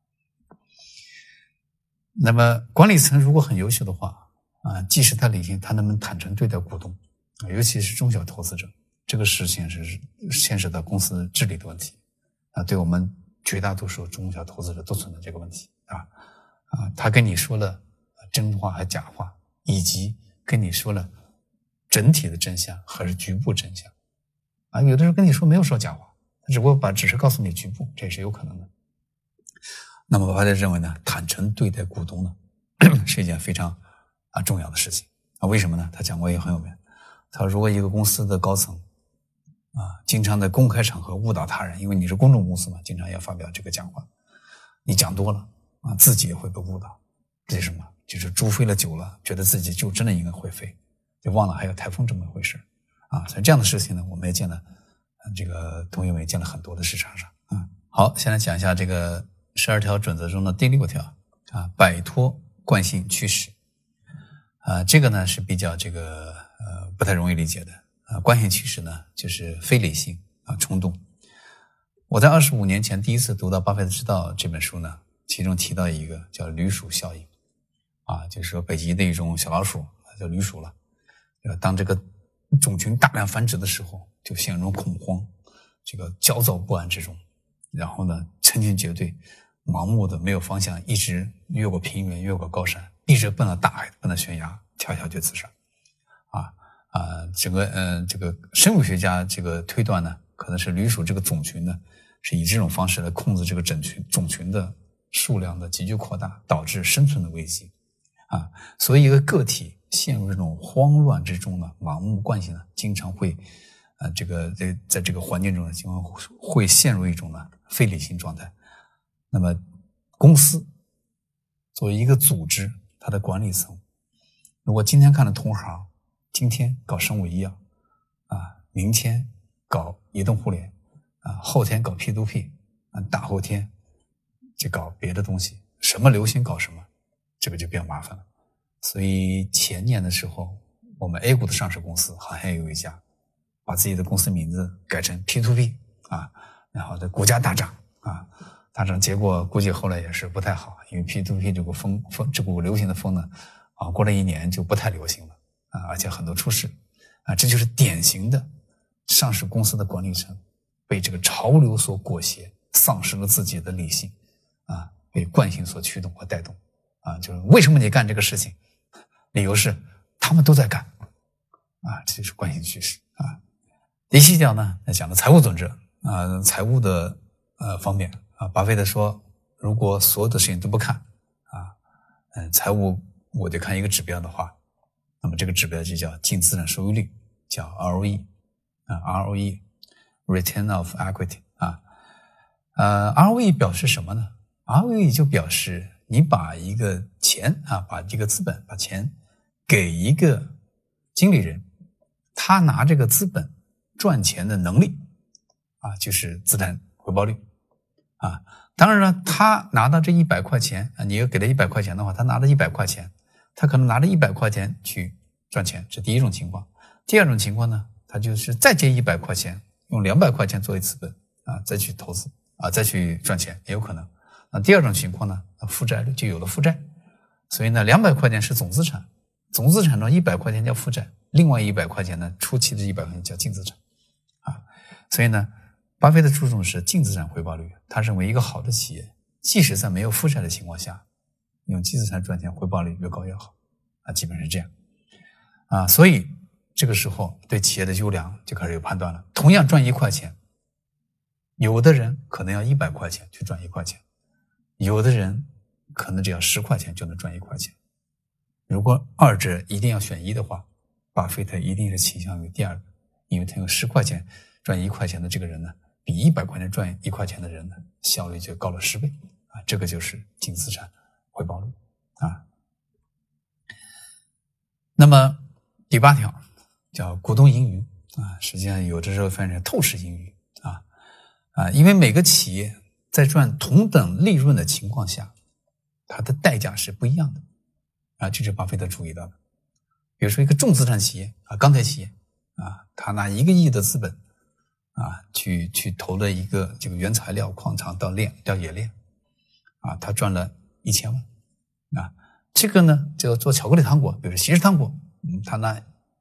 那么管理层如果很优秀的话啊，即使他理性，他能不能坦诚对待股东，尤其是中小投资者，这个事情是牵涉到公司治理的问题啊，对我们绝大多数中小投资者都存在这个问题啊。他跟你说了真话还是假话，以及跟你说了整体的真相还是局部真相有的时候跟你说没有说假话，他只不过只是告诉你局部，这也是有可能的。那么巴菲特认为呢，坦诚对待股东呢是一件非常重要的事情为什么呢？他讲过也很有名，他说如果一个公司的高层经常在公开场合误导他人，因为你是公众公司嘛，经常要发表这个讲话，你讲多了自己也会被误导。这是什么？就是猪飞了久了，觉得自己就真的应该会飞，就忘了还有台风这么一回事所以这样的事情呢，我们也见了这个同学们也见了很多的市场上好，现在讲一下这个12条准则中的第6条摆脱惯性驱使这个呢是比较这个不太容易理解的惯性驱使呢就是非理性冲动。我在25年前第一次读到《巴菲特之道》这本书呢，其中提到一个叫驴鼠效应就是说北极的一种小老鼠叫驴鼠了，当这个种群大量繁殖的时候，就陷入恐慌，这个焦躁不安之中，然后呢成群结队盲目的没有方向，一直越过平原越过高山，一直奔到大海，奔到悬崖，跳下去自杀整个这个生物学家这个推断呢，可能是驴鼠这个种群呢是以这种方式来控制这个种群的数量的急剧扩大，导致生存的危机所以一个个体陷入这种慌乱之中呢，盲目惯性呢，经常会在这个环境中呢，经常会陷入一种呢非理性状态。那么公司作为一个组织，它的管理层如果今天看的同行，今天搞生物医药明天搞移动互联后天搞 P2P 大后天就搞别的东西，什么流行搞什么，这个就比较麻烦了。所以前年的时候，我们 A 股的上市公司好像有一家把自己的公司名字改成 P2P 然后的股价大涨大涨，结果估计后来也是不太好，因为 P2P 这股流行的风呢过了1年就不太流行了而且很多出事这就是典型的上市公司的管理层被这个潮流所裹挟，丧失了自己的理性被惯性所驱动和带动就是为什么你干这个事情，理由是他们都在干这就是惯性趋势第7条呢讲的财务准则财务的方面巴菲特说，如果所有的事情都不看财务我就看一个指标的话，那么这个指标就叫净资产收益率，叫 ROE ROE Return of Equity ROE 表示什么呢？ ROE 就表示你把一个钱把这个资本把钱给一个经理人，他拿这个资本赚钱的能力就是资产回报率当然了，他拿到这100块钱你又给他100块钱的话，他拿了100块钱，他可能拿着100块钱去赚钱，这第一种情况。第二种情况呢，他就是再借100块钱，用200块钱作为资本再去投资再去赚钱也有可能。第二种情况呢，负债就有了负债，所以呢200块钱是总资产，总资产中100块钱叫负债，另外100块钱呢初期的100块钱叫净资产所以呢巴菲特注重的是净资产回报率，他认为一个好的企业即使在没有负债的情况下，用净资产赚钱回报率越高越好基本是这样所以这个时候对企业的优良就开始有判断了。同样赚1块钱，有的人可能要100块钱去赚1块钱，有的人可能只要10块钱就能赚1块钱。如果二者一定要选一的话，巴菲特一定是倾向于第二个，因为他用10块钱赚1块钱的这个人呢，比100块钱赚1块钱的人呢，效率就高了10倍这个就是净资产回报率那么第8条叫股东盈余实际上有的时候翻译成透视盈余因为每个企业在赚同等利润的情况下，它的代价是不一样的这是巴菲特注意到的。比如说一个重资产企业钢铁企业他拿1个亿的资本去投了一个这个原材料矿场到冶炼他赚了1000万这个呢就做巧克力糖果，比如喜事糖果他拿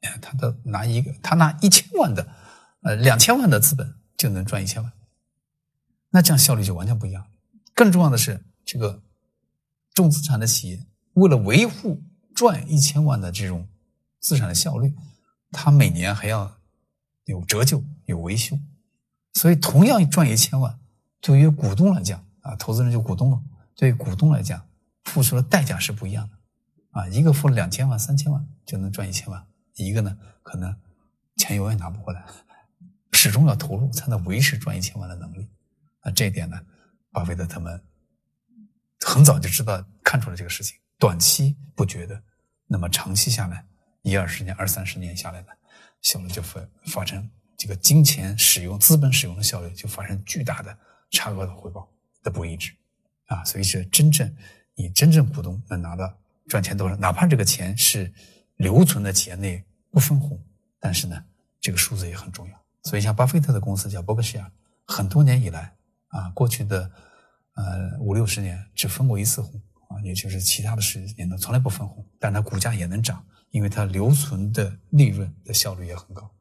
1000万的2000万的资本就能赚1000万，那这样效率就完全不一样。更重要的是，这个重资产的企业为了维护赚1000万的这种资产的效率，他每年还要有折旧，有维修。所以同样赚1000万，对于股东来讲投资人就股东了，对于股东来讲付出的代价是不一样的一个付了2000万3000万就能赚1000万，一个呢可能钱永远拿不回来，始终要投入才能维持赚1000万的能力。这一点呢，巴菲特他们很早就看出了这个事情，短期不觉得，那么长期下来10-20年20-30年下来的效率就发生这个金钱使用资本使用的效率就发生巨大的差额的回报的不一致所以是你真正股东能拿到赚钱多少，哪怕这个钱是留存的企业内不分红，但是呢这个数字也很重要。所以像巴菲特的公司叫伯克希尔，很多年以来过去的50-60年只分过一次红也就是其他的10年都从来不分红，但它股价也能涨，因为它留存的利润的效率也很高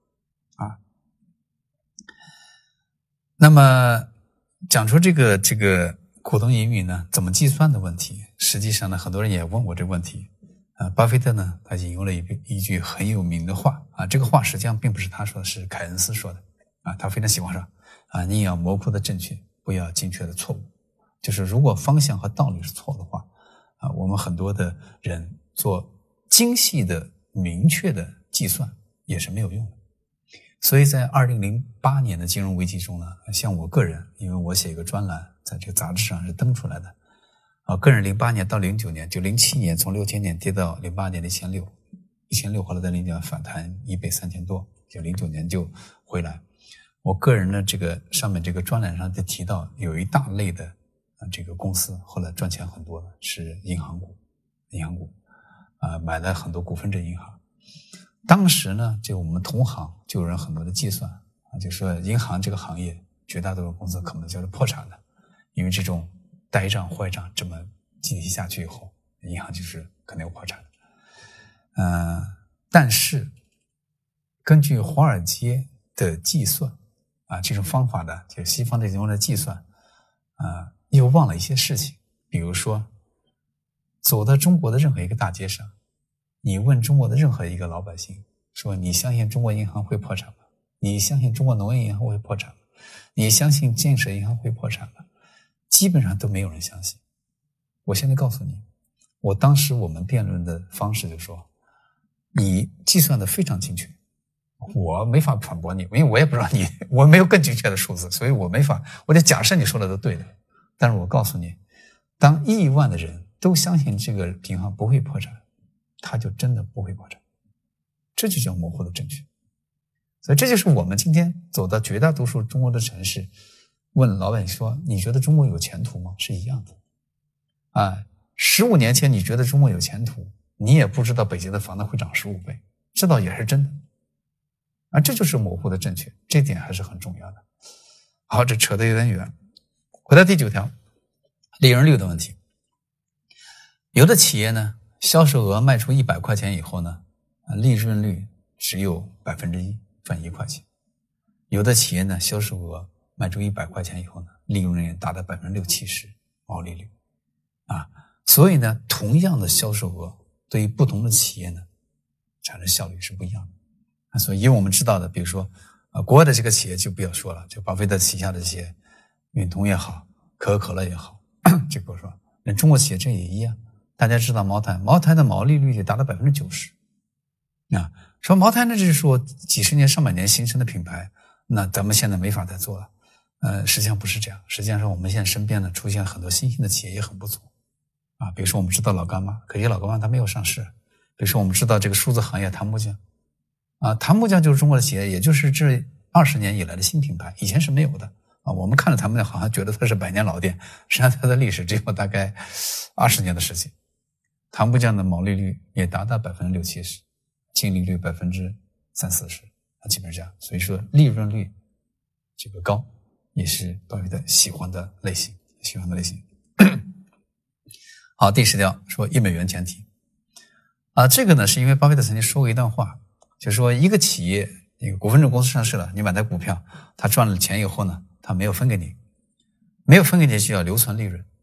那么讲出这个股东盈余呢怎么计算的问题，实际上呢很多人也问我这个问题巴菲特呢他引用了一句很有名的话这个话实际上并不是他说的，是凯恩斯说的他非常喜欢说你要模糊的正确，不要精确的错误。就是如果方向和道理是错的话我们很多的人做精细的明确的计算也是没有用的。所以在2008年的金融危机中呢，像我个人，因为我写一个专栏在这个杂志上是登出来的个人08年到09年就07年从6000点跌到08年的1600后来在09年反弹1倍3000多，就09年就回来。我个人的这个上面这个专栏上就提到有一大类的这个公司后来赚钱很多的是银行股买了很多股份制银行。当时呢就我们同行就有人很多的计算就说银行这个行业绝大多数公司可能就是破产的，因为这种呆账坏账这么继续下去以后银行就是可能有破产但是根据华尔街的计算这种方法的就西方这种的计算又忘了一些事情。比如说走到中国的任何一个大街上，你问中国的任何一个老百姓说你相信中国银行会破产吗？你相信中国农业银行会破产吗？你相信建设银行会破产吗？基本上都没有人相信。我现在告诉你，当时我们辩论的方式就是说你计算的非常精确，我没法反驳你，因为我也不知道我没有更精确的数字，所以我没法，我得假设你说的都对的。但是我告诉你，当1亿万的人都相信这个银行不会破产，它就真的不会破产，这就叫模糊的正确。所以这就是我们今天走到绝大多数中国的城市，问老板说你觉得中国有前途吗？是一样的15年前你觉得中国有前途，你也不知道北京的房子会涨15倍，这倒也是真的这就是模糊的正确，这点还是很重要的。好，这扯得有点远，回到第9条，利润率的问题。有的企业呢销售额卖出100块钱以后呢利润率只有 1%， 赚1块钱。有的企业呢销售额卖出100块钱以后呢利润率达到 60-70% 毛利率所以呢同样的销售额对于不同的企业呢产生效率是不一样的所以因为我们知道的，比如说国外的这个企业就不要说了，就巴菲特旗下的这些运通也好，可口可乐也好，这个说那中国企业这也一样。大家知道茅台的毛利率就达到 90%。说茅台呢就是说几十年上百年形成的品牌，那咱们现在没法再做了。实际上不是这样，实际上是我们现在身边呢出现很多新兴的企业也很不错比如说我们知道老干妈，可惜老干妈它没有上市。比如说我们知道这个数字行业檀木匠檀木匠就是中国的企业，也就是这20年以来的新品牌，以前是没有的我们看着檀木匠好像觉得它是100年老店，实际上它的历史只有大概20年的时间。檀木匠的毛利率也达到 60-70%， 净利率 30-40%， 基本上这样。所以说利润率这个高也是巴菲特喜欢的类型。好，第10条说1美元前提这个呢是因为巴菲特曾经说过一段话，就是说一个企业一个股份制公司上市了，你买的股票他赚了钱以后呢他没有分给你就要留存利润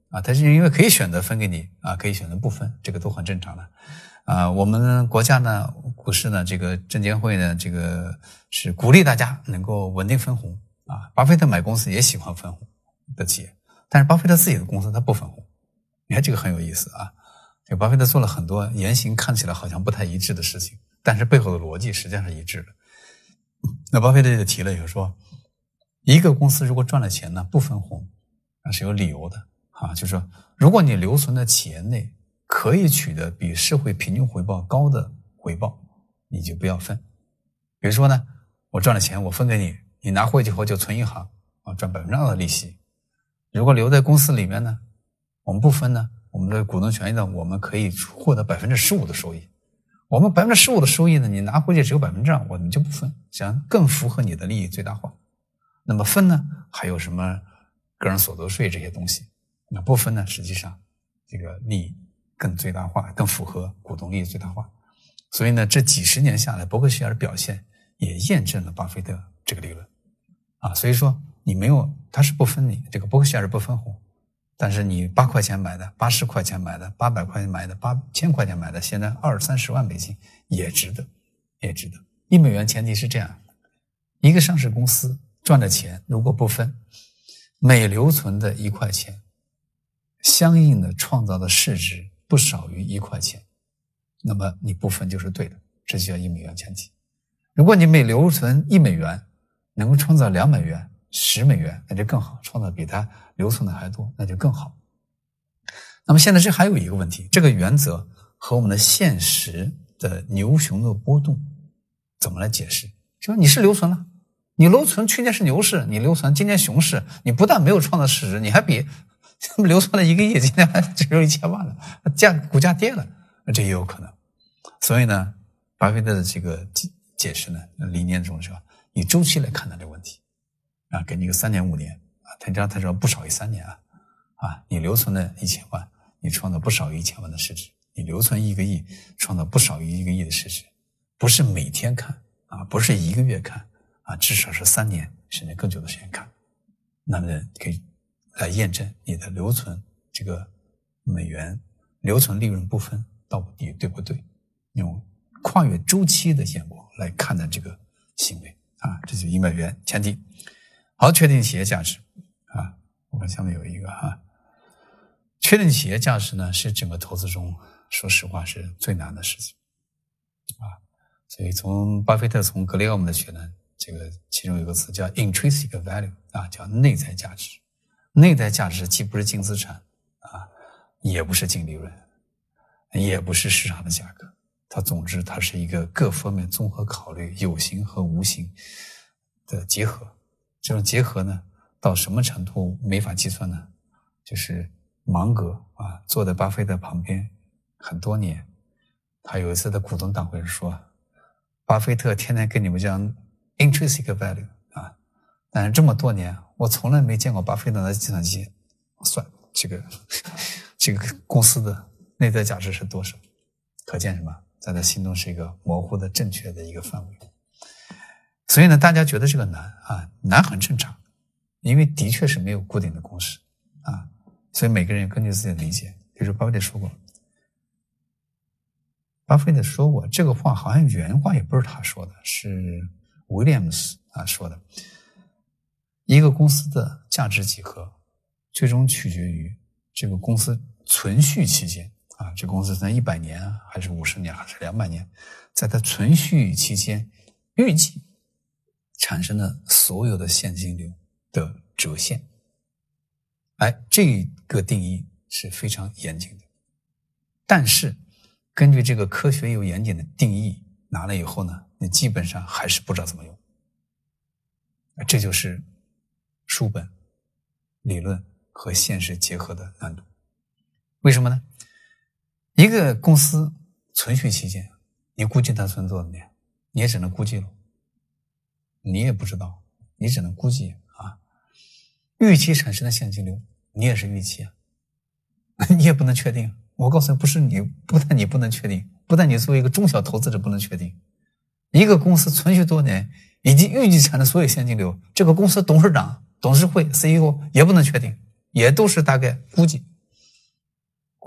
啊，他是因为可以选择分给你啊，可以选择不分，这个都很正常的。啊，我们国家呢，股市呢，这个证监会呢，这个是鼓励大家能够稳定分红啊。巴菲特买公司也喜欢分红的企业，但是巴菲特自己的公司他不分红。你看这个很有意思啊。这个巴菲特做了很多言行看起来好像不太一致的事情，但是背后的逻辑实际上是一致的。那巴菲特就提了，就是说，一个公司如果赚了钱呢，不分红，那是有理由的啊。就是说，如果你留存的企业内可以取得比社会平均回报高的回报，你就不要分。比如说呢，我赚了钱，我分给你，你拿回去后就存银行啊，赚2%的利息。如果留在公司里面呢，我们不分呢，我们的股东权益呢，我们可以获得15%的收益。我们15%的收益呢，你拿回去只有2%，我们就不分，想更符合你的利益最大化。那么分呢，还有什么个人所得税这些东西？那不分呢，实际上这个利益更最大化，更符合股东利益最大化。所以呢，这几十年下来，伯克希尔的表现也验证了巴菲特这个理论啊。所以说你没有，他是不分你这个伯克希尔不分红，但是你8块钱买的、80块钱买的、800块钱买的、8000块钱买的，现在20-30万美金也值得，也值得。1美元前提是这样，一个上市公司赚的钱如果不分，每留存的1块钱，相应的创造的市值不少于1块钱，那么你不分就是对的，这就叫1美元前提。如果你每留存1美元能够创造2美元、10美元，那就更好，创造比它留存的还多，那就更好。那么现在这还有一个问题，这个原则和我们的现实的牛熊的波动怎么来解释？就说你是留存了，你留存去年是牛市，你留存今年熊市，你不但没有创造市值，你还比留存了1个亿，今天还只有1000万了，股价跌了，这也有可能。所以呢，巴菲特的这个解释呢，理念中是吧，以周期来看待这个问题啊，给你个3年5年啊，他说不少于3年啊，你留存了1000万，你创造不少于1000万的市值，你留存1个亿，创造不少于1个亿的市值，不是每天看啊，不是1个月看啊，至少是3年甚至更久的时间看，那么可以来验证你的留存这个美元留存利润不分到底对不对，用跨越周期的眼光来看待这个行为啊，这就是1美元前提。好，确定企业价值啊，我们下面有一个确定企业价值呢，是整个投资中说实话是最难的事情啊。所以从巴菲特从格雷厄姆的学呢，这个其中有个词叫 intrinsic value 啊，叫内在价值。内在价值既不是净资产啊，也不是净利润，也不是市场的价格，总之它是一个各方面综合考虑有形和无形的结合。这种结合呢，到什么程度没法计算呢？就是芒格啊，坐在巴菲特旁边很多年，他有一次的股东大会说，巴菲特天天跟你们讲 intrinsic value 啊，但是这么多年我从来没见过巴菲特的计算机算这个公司的内在价值是多少，可见什么？在他心中是一个模糊的正确的一个范围。所以呢，大家觉得这个难啊，难很正常，因为的确是没有固定的公式啊，所以每个人根据自己的理解。比如说巴菲特说过这个话，好像原话也不是他说的，是 Williams 说的。一个公司的价值几何，最终取决于这个公司存续期间啊，这公司在100年还是50年还是200年，在它存续期间预计产生的所有的现金流的折现。这个定义是非常严谨的，但是根据这个科学又严谨的定义拿了以后呢，你基本上还是不知道怎么用。这就是书本、理论和现实结合的难度。为什么呢？一个公司存续期间，你估计它存多少年，你也只能估计了，你也不知道，你只能估计啊。预期产生的现金流，你也是预期啊，你也不能确定。我告诉你，不但你不能确定，不但你作为一个中小投资者不能确定，一个公司存续多年以及预计产的所有现金流，这个公司董事长、董事会、CEO 也不能确定，也都是大概估计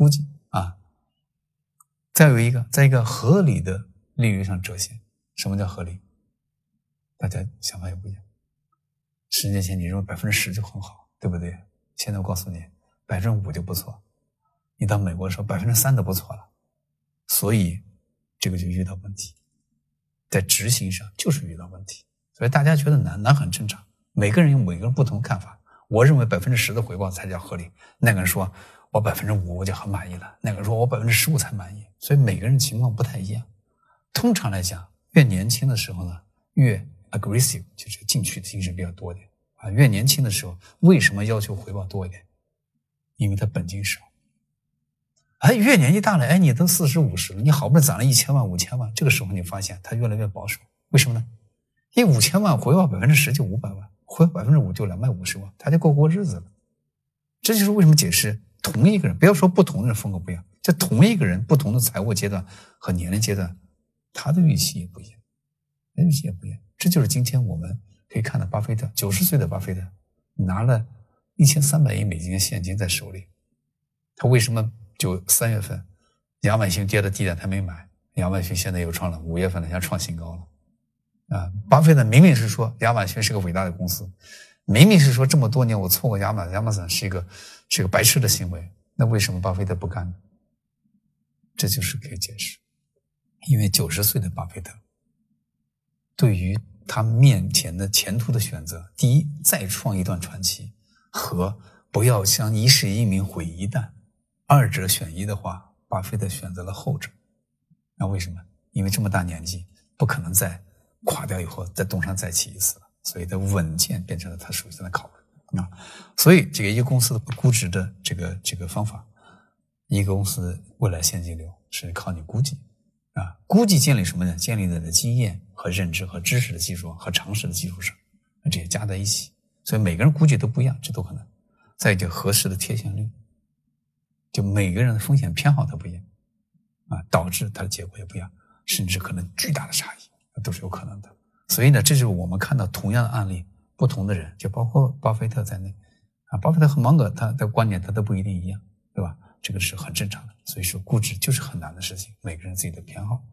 估计啊。再有一个，在一个合理的利率上折现。什么叫合理？大家想法也不一样。10年前你认为10%就很好，对不对？现在我告诉你，5%就不错。你到美国的时候3%都不错了。所以这个就遇到问题，在执行上就是遇到问题。所以大家觉得难很正常，每个人有每个人不同的看法。我认为10%的回报才叫合理，那个人说我5%我就很满意了，那个人说我15%才满意。所以每个人情况不太一样。通常来讲，越年轻的时候呢，越 aggressive， 就是进取的精神比较多一点啊。越年轻的时候，为什么要求回报多一点？因为他本金少。越年纪大了，你都40、50了，你好不容易攒了1000万、5000万，这个时候你发现他越来越保守。为什么呢？因为5000万回报10%就500万，回报5%就250万，他就过日子了。这就是为什么解释同一个人，不要说不同的人风格不一样，这同一个人不同的财务阶段和年龄阶段，他的预期也不一样，这就是今天我们可以看到巴菲特90岁的巴菲特拿了1300亿美金的现金在手里，他为什么就3月份亚马逊跌的低点他没买，亚马逊现在又创了5月份现在创新高了巴菲特明明是说亚马逊是个伟大的公司，明明是说这么多年我错过亚马逊是一个白痴的行为，那为什么巴菲特不干呢？这就是可以解释，因为90岁的巴菲特对于他面前的前途的选择，第一，再创一段传奇，和不要像一世英名毁一旦，二者选一的话，巴菲特选择了后者。那为什么？因为这么大年纪不可能再垮掉以后再东山再起一次了，所以的稳健变成了他首先的考虑所以这个一个公司的估值的这个方法，一个公司未来现金流是靠你估计估计建立什么呢？建立在经验和认知和知识的基础和常识的基础上，这些加在一起，所以每个人估计都不一样，这都可能。再一个合适的贴现率，就每个人的风险偏好它不一样导致它的结果也不一样，甚至可能巨大的差异都是有可能的。所以呢，这就是我们看到同样的案例，不同的人，就包括巴菲特在内巴菲特和芒格他的观点他都不一定一样，对吧？这个是很正常的。所以说估值就是很难的事情，每个人自己的偏好。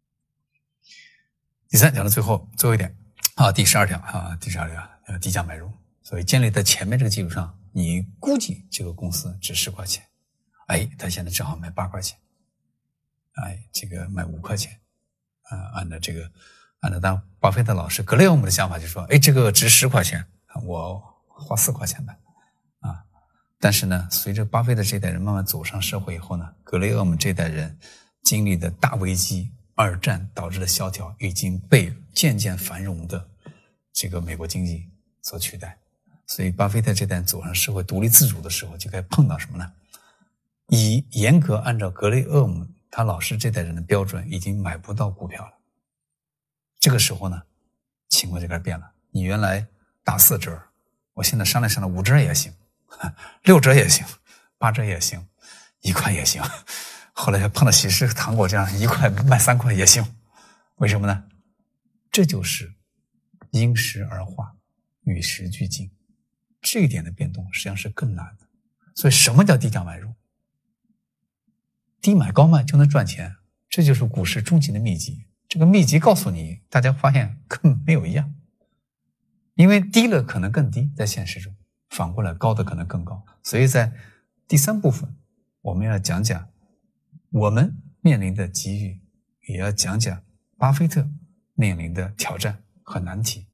第3讲到最后一点第12条低价买入。所以建立在前面这个基础上，你估计这个公司值10块钱，他现在正好卖8块钱，这个卖5块钱按照当巴菲特老师格雷厄姆的想法就说，这个值10块钱，我花4块钱买但是呢，随着巴菲特这代人慢慢走上社会以后呢，格雷厄姆这代人经历的大危机2战导致的萧条已经被渐渐繁荣的这个美国经济所取代。所以巴菲特这代人走上社会独立自主的时候，就该碰到什么呢？以严格按照格雷厄姆他老师这代人的标准，已经买不到股票了。这个时候呢，情况就该变了。你原来打4折，我现在商量5折也行，6折也行，8折也行，1块也行。后来碰到喜事糖果这样1块卖3块也行。为什么呢？这就是因时而化，与时俱进。这一点的变动实际上是更难的。所以什么叫低价买入？低买高卖就能赚钱，这就是股市终极的秘籍。这个秘籍告诉你，大家发现根本没有一样。因为低了可能更低，在现实中，反过来高的可能更高。所以在第3部分，我们要讲讲我们面临的机遇，也要讲讲巴菲特面临的挑战和难题。